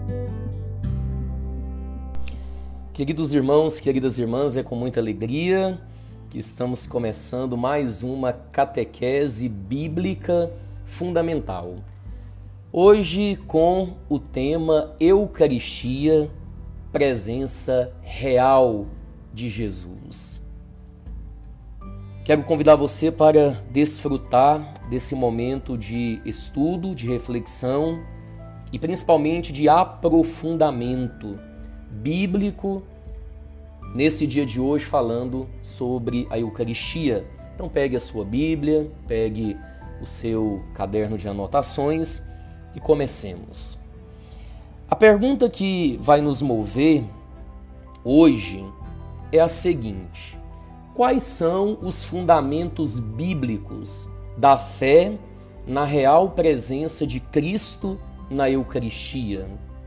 Queridos irmãos, queridas irmãs, é com muita alegria que estamos começando mais uma catequese bíblica fundamental. Hoje com o tema Eucaristia, presença real de Jesus. Quero convidar você para desfrutar desse momento de estudo, de reflexão e principalmente de aprofundamento bíblico nesse dia de hoje, falando sobre a Eucaristia. Então pegue a sua Bíblia, pegue o seu caderno de anotações e comecemos. A pergunta que vai nos mover hoje é a seguinte: quais são os fundamentos bíblicos da fé na real presença de Cristo na Eucaristia?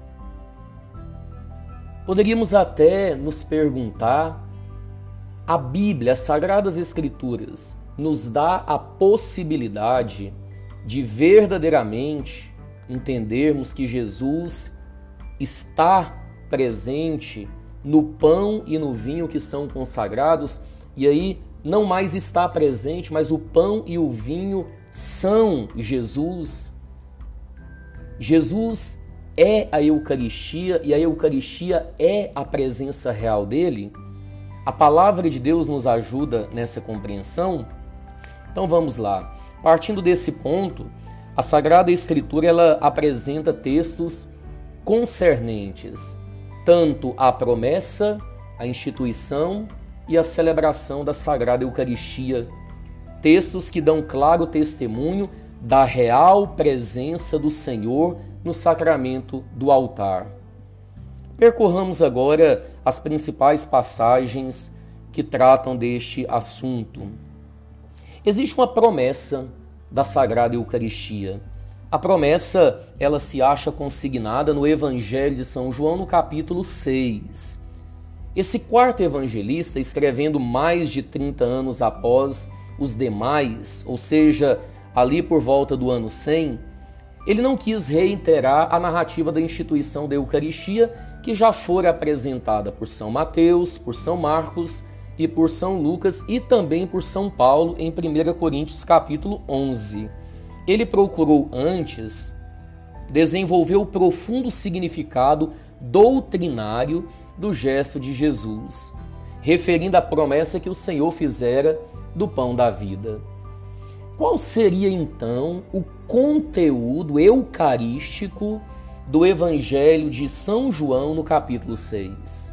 Poderíamos até nos perguntar, a Bíblia, as Sagradas Escrituras, nos dá a possibilidade de verdadeiramente entendermos que Jesus está presente no pão e no vinho que são consagrados, e aí não mais está presente, mas o pão e o vinho são Jesus. Jesus é a Eucaristia e a Eucaristia é a presença real dele? A palavra de Deus nos ajuda nessa compreensão? Então vamos lá. Partindo desse ponto, a Sagrada Escritura ela apresenta textos concernentes tanto à promessa, à instituição e à celebração da Sagrada Eucaristia. Textos que dão claro testemunho da real presença do Senhor no sacramento do altar. Percorramos agora as principais passagens que tratam deste assunto. Existe uma promessa da Sagrada Eucaristia. A promessa, ela se acha consignada no Evangelho de São João, no capítulo 6. Esse quarto evangelista, escrevendo mais de 30 anos após os demais, ou seja, ali por volta do ano 100, ele não quis reiterar a narrativa da instituição da Eucaristia, que já fora apresentada por São Mateus, por São Marcos e por São Lucas e também por São Paulo em 1 Coríntios capítulo 11. Ele procurou antes desenvolver o profundo significado doutrinário do gesto de Jesus, referindo à promessa que o Senhor fizera do pão da vida. Qual seria então o conteúdo eucarístico do Evangelho de São João no capítulo 6?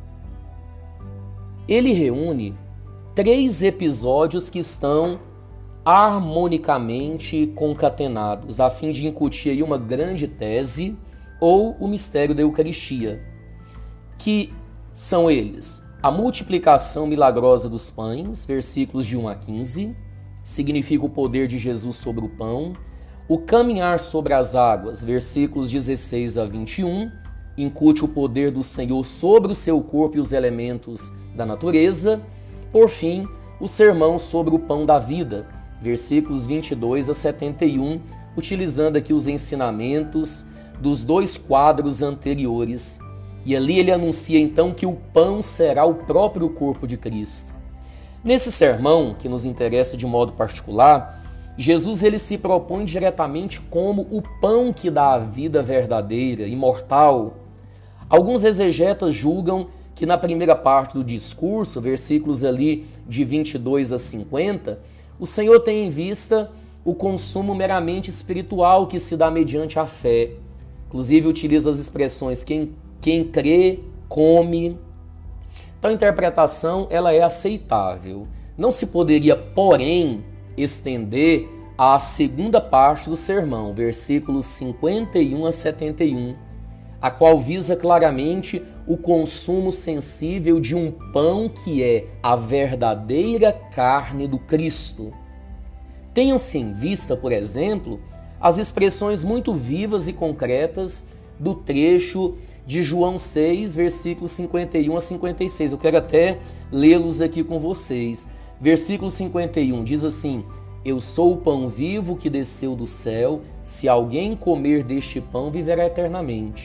Ele reúne 3 episódios que estão harmonicamente concatenados, a fim de incutir aí uma grande tese ou o mistério da Eucaristia, que são eles: a multiplicação milagrosa dos pães, versículos de 1 a 15, significa o poder de Jesus sobre o pão. O caminhar sobre as águas, versículos 16 a 21, incute o poder do Senhor sobre o seu corpo e os elementos da natureza. Por fim, o sermão sobre o pão da vida, versículos 22 a 71, utilizando aqui os ensinamentos dos 2 quadros anteriores. E ali ele anuncia então que o pão será o próprio corpo de Cristo. Nesse sermão, que nos interessa de modo particular, Jesus ele se propõe diretamente como o pão que dá a vida verdadeira, imortal. Alguns exegetas julgam que na primeira parte do discurso, versículos ali de 22 a 50, o Senhor tem em vista o consumo meramente espiritual que se dá mediante a fé. Inclusive utiliza as expressões quem crê, come. Então a interpretação ela é aceitável. Não se poderia, porém, estender à segunda parte do sermão, versículos 51 a 71, a qual visa claramente o consumo sensível de um pão que é a verdadeira carne do Cristo. Tenham-se em vista, por exemplo, as expressões muito vivas e concretas do trecho de João 6, versículos 51 a 56. Eu quero até lê-los aqui com vocês. Versículo 51 diz assim: Eu sou o pão vivo que desceu do céu, se alguém comer deste pão viverá eternamente.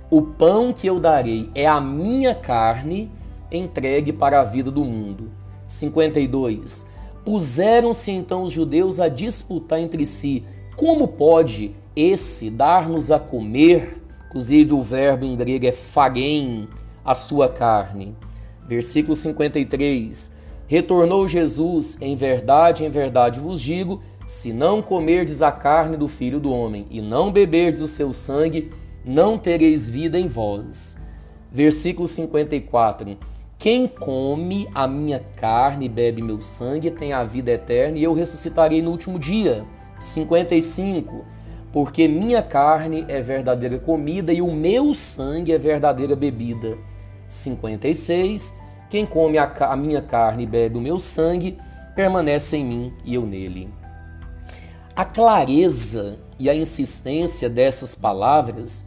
O pão que eu darei é a minha carne entregue para a vida do mundo. 52. Puseram-se então os judeus a disputar entre si: como pode esse dar-nos a comer? Inclusive o verbo em grego é phagein, a sua carne. Versículo 53. Retornou Jesus: em verdade vos digo, se não comerdes a carne do Filho do Homem e não beberdes o seu sangue, não tereis vida em vós. Versículo 54. Quem come a minha carne e bebe meu sangue tem a vida eterna e eu ressuscitarei no último dia. 55. Porque minha carne é verdadeira comida e o meu sangue é verdadeira bebida. 56. Quem come a minha carne e bebe o meu sangue permanece em mim e eu nele. A clareza e a insistência dessas palavras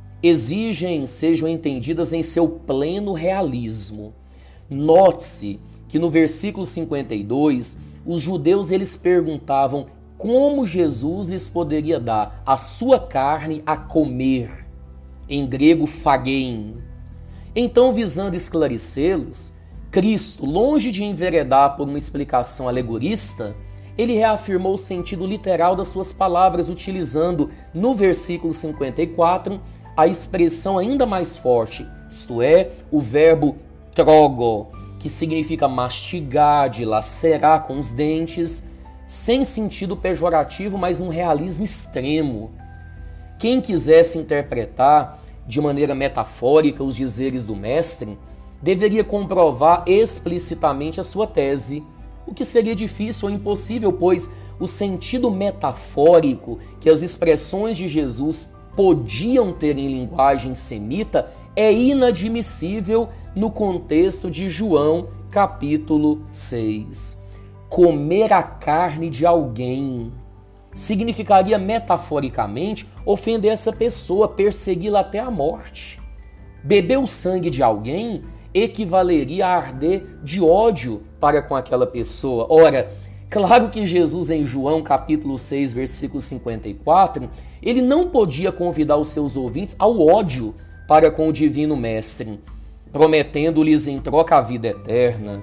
sejam entendidas em seu pleno realismo. Note-se que no versículo 52, os judeus eles perguntavam como Jesus lhes poderia dar a sua carne a comer, em grego phagein. Então, visando esclarecê-los, Cristo, longe de enveredar por uma explicação alegorista, ele reafirmou o sentido literal das suas palavras, utilizando no versículo 54 a expressão ainda mais forte, isto é, o verbo trogo, que significa mastigar, dilacerar com os dentes, sem sentido pejorativo, mas num realismo extremo. Quem quisesse interpretar de maneira metafórica os dizeres do mestre, deveria comprovar explicitamente a sua tese, o que seria difícil ou impossível, pois o sentido metafórico que as expressões de Jesus podiam ter em linguagem semita é inadmissível no contexto de João capítulo 6. Comer a carne de alguém significaria metaforicamente ofender essa pessoa, persegui-la até a morte. Beber o sangue de alguém equivaleria a arder de ódio para com aquela pessoa. Ora, claro que Jesus em João capítulo 6, versículo 54, ele não podia convidar os seus ouvintes ao ódio para com o divino mestre, prometendo-lhes em troca a vida eterna.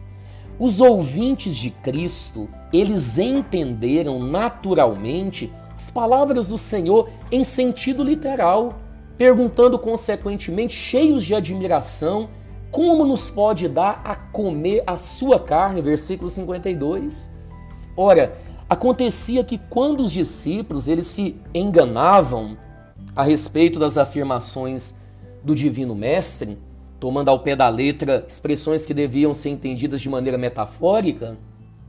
Os ouvintes de Cristo, eles entenderam naturalmente as palavras do Senhor em sentido literal, perguntando consequentemente, cheios de admiração, como nos pode dar a comer a sua carne? Versículo 52. Ora, acontecia que quando os discípulos eles se enganavam a respeito das afirmações do Divino Mestre, tomando ao pé da letra expressões que deviam ser entendidas de maneira metafórica,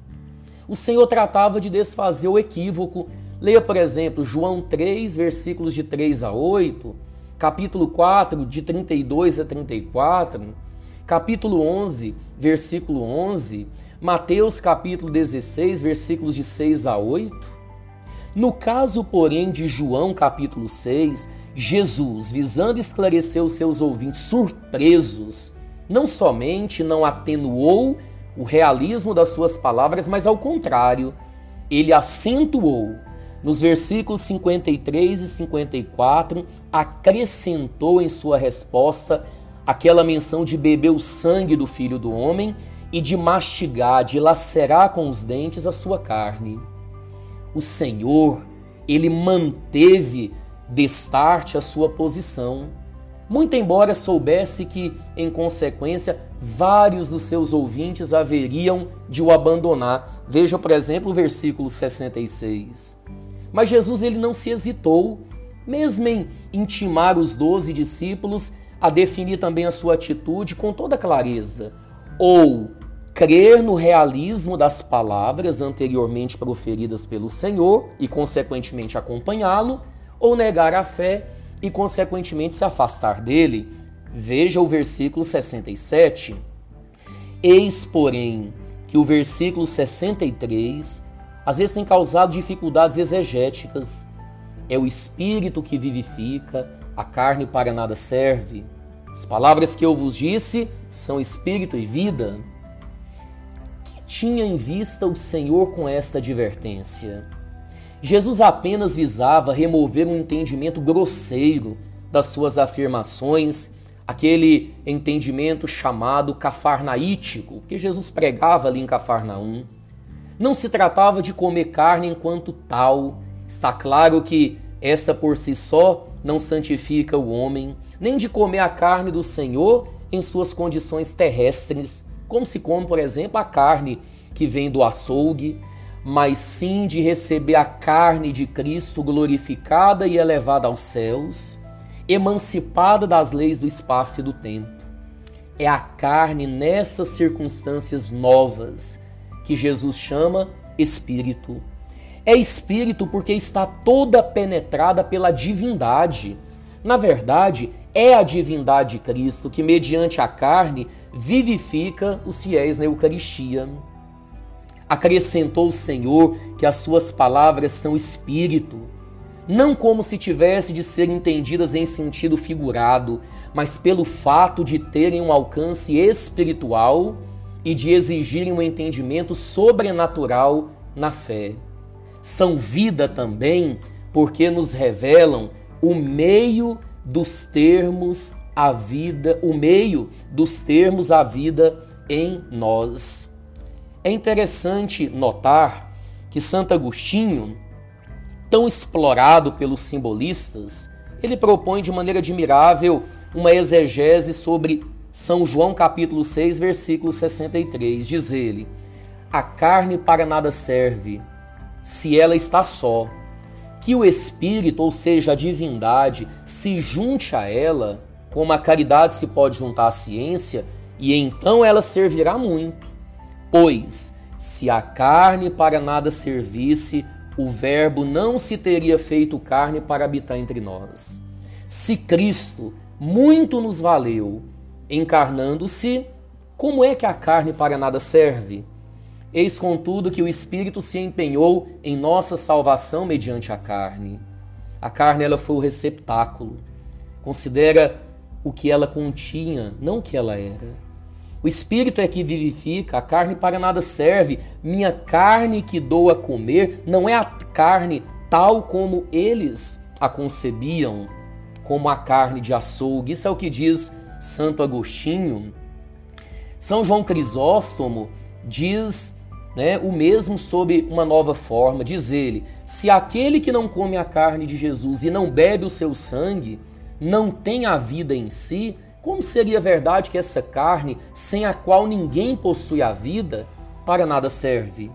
o Senhor tratava de desfazer o equívoco. Leia, por exemplo, João 3, versículos de 3 a 8, capítulo 4, de 32 a 34, capítulo 11, versículo 11, Mateus capítulo 16, versículos de 6 a 8. No caso, porém, de João capítulo 6, Jesus, visando esclarecer os seus ouvintes surpresos, não somente não atenuou o realismo das suas palavras, mas ao contrário, ele acentuou. Nos versículos 53 e 54, acrescentou em sua resposta aquela menção de beber o sangue do Filho do Homem e de mastigar, de lacerar com os dentes a sua carne. O Senhor, ele manteve destarte a sua posição, muito embora soubesse que, em consequência, vários dos seus ouvintes haveriam de o abandonar. Veja, por exemplo, o versículo 66. Mas Jesus ele não se hesitou, mesmo em intimar os 12 discípulos a definir também a sua atitude com toda clareza. Ou crer no realismo das palavras anteriormente proferidas pelo Senhor e, consequentemente, acompanhá-lo, ou negar a fé e, consequentemente, se afastar dele. Veja o versículo 67. Eis, porém, que o versículo 63 às vezes tem causado dificuldades exegéticas. É o Espírito que vivifica, a carne para nada serve. As palavras que eu vos disse são Espírito e vida. Que tinha em vista o Senhor com esta advertência? Jesus apenas visava remover um entendimento grosseiro das suas afirmações, aquele entendimento chamado cafarnaítico, que Jesus pregava ali em Cafarnaum. Não se tratava de comer carne enquanto tal. Está claro que esta por si só não santifica o homem, nem de comer a carne do Senhor em suas condições terrestres, como se come, por exemplo, a carne que vem do açougue, mas sim de receber a carne de Cristo glorificada e elevada aos céus, emancipada das leis do espaço e do tempo. É a carne nessas circunstâncias novas que Jesus chama espírito. É espírito porque está toda penetrada pela divindade. Na verdade, é a divindade de Cristo que, mediante a carne, vivifica os fiéis na Eucaristia. Acrescentou o Senhor que as suas palavras são espírito, não como se tivesse de ser entendidas em sentido figurado, mas pelo fato de terem um alcance espiritual e de exigirem um entendimento sobrenatural na fé. São vida também porque nos revelam o meio dos termos a vida, a vida em nós. É interessante notar que Santo Agostinho, tão explorado pelos simbolistas, ele propõe de maneira admirável uma exegese sobre São João capítulo 6, versículo 63. Diz ele: a carne para nada serve, se ela está só. Que o Espírito, ou seja, a divindade, se junte a ela, como a caridade se pode juntar à ciência, e então ela servirá muito. Pois, se a carne para nada servisse, o Verbo não se teria feito carne para habitar entre nós. Se Cristo muito nos valeu, encarnando-se, como é que a carne para nada serve? Eis, contudo, que o Espírito se empenhou em nossa salvação mediante a carne. A carne, ela foi o receptáculo. Considera o que ela continha, não o que ela era. O Espírito é que vivifica, a carne para nada serve. Minha carne que dou a comer não é a carne tal como eles a concebiam, como a carne de açougue. Isso é o que diz Santo Agostinho. São João Crisóstomo diz o mesmo sob uma nova forma. Diz ele: se aquele que não come a carne de Jesus e não bebe o seu sangue não tem a vida em si, como seria verdade que essa carne, sem a qual ninguém possui a vida, para nada serve?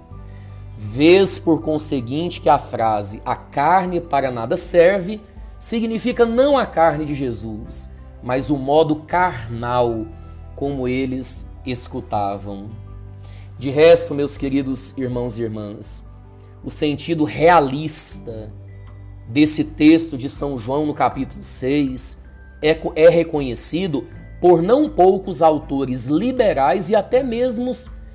Vês, por conseguinte, que a frase "a carne para nada serve" significa não a carne de Jesus, mas o modo carnal como eles escutavam. De resto, meus queridos irmãos e irmãs, o sentido realista desse texto de São João no capítulo 6 é reconhecido por não poucos autores liberais e até mesmo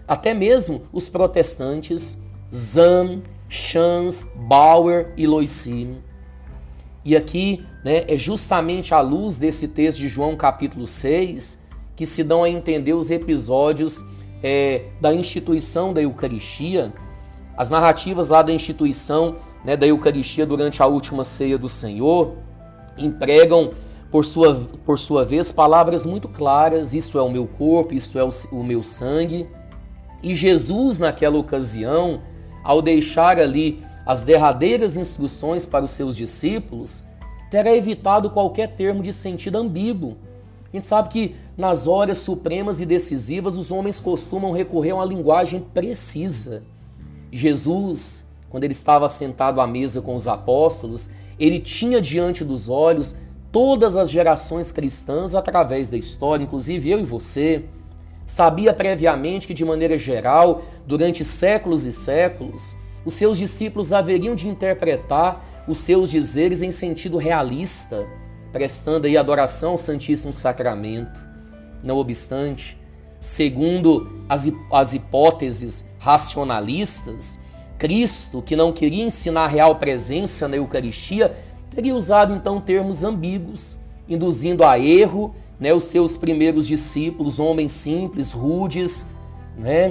os protestantes Zahn, Schanz, Bauer e Loissin. E aqui é justamente à luz desse texto de João capítulo 6 que se dão a entender os episódios da instituição da Eucaristia, as narrativas lá da instituição da Eucaristia durante a última ceia do Senhor empregam, por sua vez, palavras muito claras: isso é o meu corpo, isso é o meu sangue. E Jesus, naquela ocasião, ao deixar ali as derradeiras instruções para os seus discípulos, terá evitado qualquer termo de sentido ambíguo. A gente sabe que nas horas supremas e decisivas os homens costumam recorrer a uma linguagem precisa. Jesus, quando ele estava sentado à mesa com os apóstolos, ele tinha diante dos olhos todas as gerações cristãs através da história, inclusive eu e você. Sabia previamente que, de maneira geral, durante séculos e séculos, os seus discípulos haveriam de interpretar os seus dizeres em sentido realista, prestando aí adoração ao Santíssimo Sacramento. Não obstante, segundo as hipóteses racionalistas, Cristo, que não queria ensinar a real presença na Eucaristia, teria usado então termos ambíguos, induzindo a erro os seus primeiros discípulos, homens simples, rudes,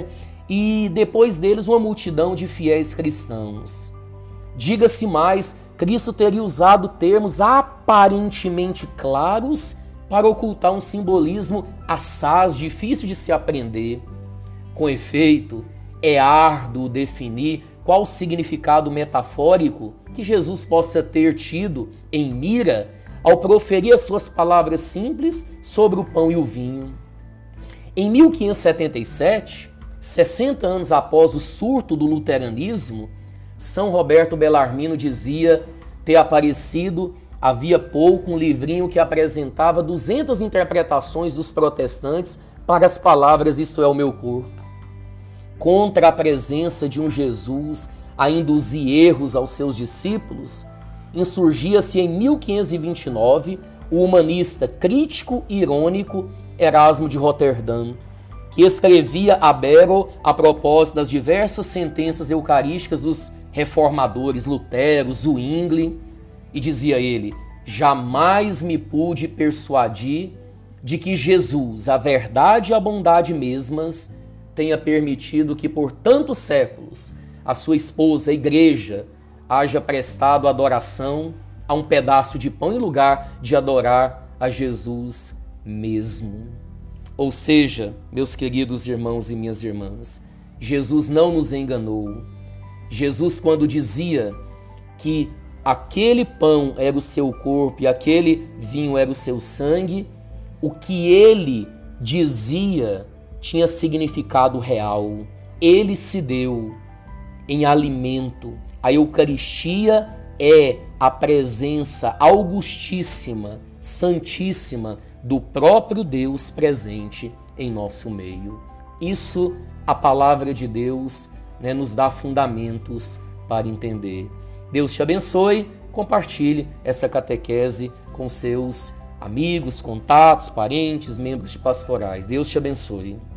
e depois deles uma multidão de fiéis cristãos. Diga-se mais Cristo teria usado termos aparentemente claros para ocultar um simbolismo assaz, difícil de se aprender. Com efeito, é árduo definir qual o significado metafórico que Jesus possa ter tido em mira ao proferir as suas palavras simples sobre o pão e o vinho. Em 1577, 60 anos após o surto do luteranismo, São Roberto Bellarmino dizia ter aparecido havia pouco um livrinho que apresentava 200 interpretações dos protestantes para as palavras "isto é o meu corpo". Contra a presença de um Jesus a induzir erros aos seus discípulos, insurgia-se em 1529 o humanista crítico e irônico Erasmo de Roterdã, que escrevia a Bero a propósito das diversas sentenças eucarísticas dos reformadores Lutero, Zwingli, e dizia ele: jamais me pude persuadir de que Jesus, a verdade e a bondade mesmas, tenha permitido que por tantos séculos a sua esposa, a igreja, haja prestado adoração a um pedaço de pão em lugar de adorar a Jesus mesmo. Ou seja, meus queridos irmãos e minhas irmãs, Jesus não nos enganou. Jesus, quando dizia que aquele pão era o seu corpo e aquele vinho era o seu sangue, o que ele dizia tinha significado real. Ele se deu em alimento. A Eucaristia é a presença augustíssima, santíssima do próprio Deus presente em nosso meio. Isso a palavra de Deus, nos dá fundamentos para entender. Deus te abençoe, compartilhe essa catequese com seus amigos, contatos, parentes, membros de pastorais. Deus te abençoe.